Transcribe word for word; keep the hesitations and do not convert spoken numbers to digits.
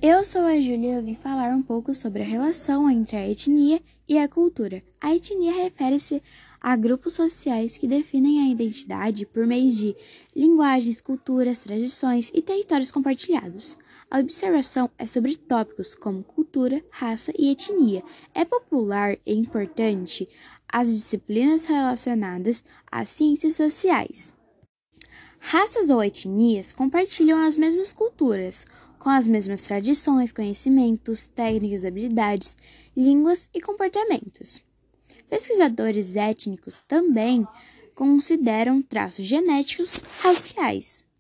Eu sou a Júlia e eu vim falar um pouco sobre a relação entre a etnia e a cultura. A etnia refere-se a grupos sociais que definem a identidade por meio de linguagens, culturas, tradições e territórios compartilhados. A observação é sobre tópicos como cultura, raça e etnia. É popular e importante as disciplinas relacionadas às ciências sociais. Raças ou etnias compartilham as mesmas culturas, com as mesmas tradições, conhecimentos, técnicas, habilidades, línguas e comportamentos. Pesquisadores étnicos também consideram traços genéticos raciais.